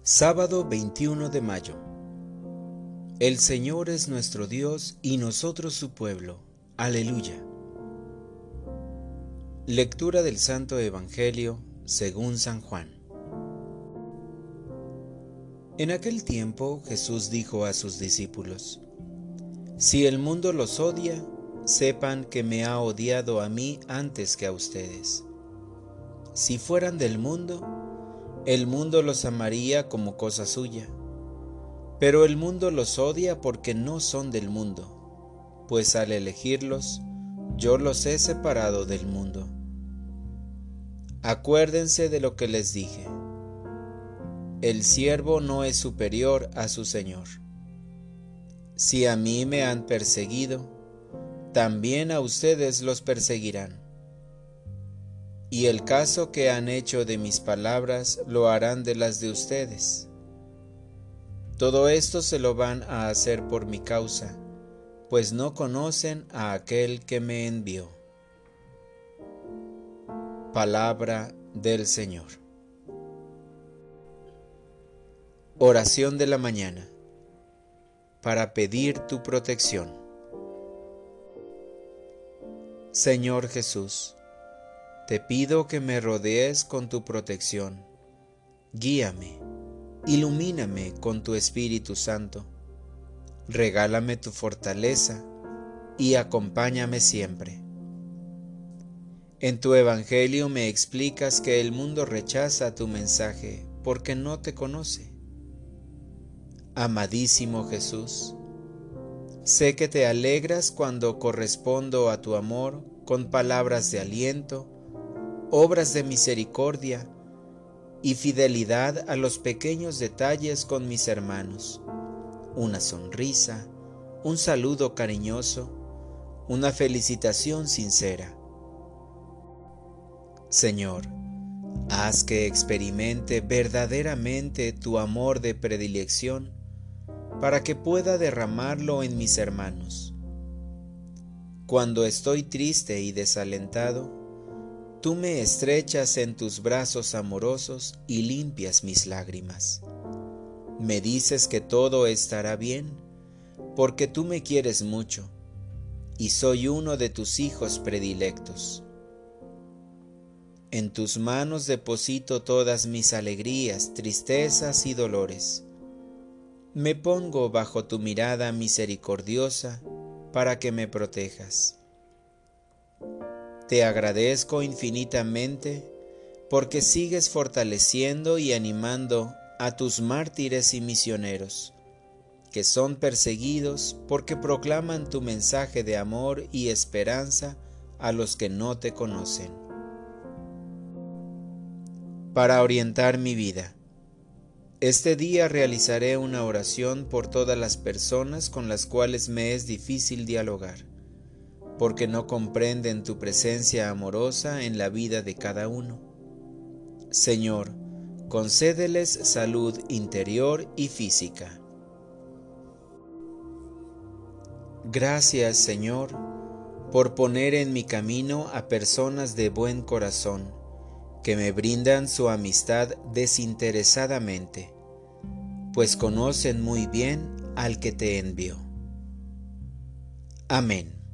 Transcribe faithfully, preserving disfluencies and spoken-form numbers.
Sábado veintiuno de mayo. El Señor es nuestro Dios y nosotros su pueblo. Aleluya. Lectura del Santo Evangelio según San Juan. En aquel tiempo Jesús dijo a sus discípulos: Si el mundo los odia, sepan que me ha odiado a mí antes que a ustedes. Si fueran del mundo, el mundo los amaría como cosa suya, pero el mundo los odia porque no son del mundo, pues al elegirlos, yo los he separado del mundo. Acuérdense de lo que les dije: el siervo no es superior a su Señor. Si a mí me han perseguido, también a ustedes los perseguirán. Y el caso que han hecho de mis palabras lo harán de las de ustedes. Todo esto se lo van a hacer por mi causa, pues no conocen a aquel que me envió. Palabra del Señor. Oración de la mañana, para pedir tu protección. Señor Jesús, te pido que me rodees con tu protección. Guíame, ilumíname con tu Espíritu Santo. Regálame tu fortaleza y acompáñame siempre. En tu Evangelio me explicas que el mundo rechaza tu mensaje porque no te conoce. Amadísimo Jesús, sé que te alegras cuando correspondo a tu amor con palabras de aliento, obras de misericordia y fidelidad a los pequeños detalles con mis hermanos. Una sonrisa, un saludo cariñoso, una felicitación sincera. Señor, haz que experimente verdaderamente tu amor de predilección para que pueda derramarlo en mis hermanos. Cuando estoy triste y desalentado, tú me estrechas en tus brazos amorosos y limpias mis lágrimas. Me dices que todo estará bien, porque tú me quieres mucho, y soy uno de tus hijos predilectos. En tus manos deposito todas mis alegrías, tristezas y dolores. Me pongo bajo tu mirada misericordiosa para que me protejas. Te agradezco infinitamente porque sigues fortaleciendo y animando a tus mártires y misioneros, que son perseguidos porque proclaman tu mensaje de amor y esperanza a los que no te conocen. Para orientar mi vida, este día realizaré una oración por todas las personas con las cuales me es difícil dialogar, porque no comprenden tu presencia amorosa en la vida de cada uno. Señor, concédeles salud interior y física. Gracias, Señor, por poner en mi camino a personas de buen corazón, que me brindan su amistad desinteresadamente, pues conocen muy bien al que te envió. Amén.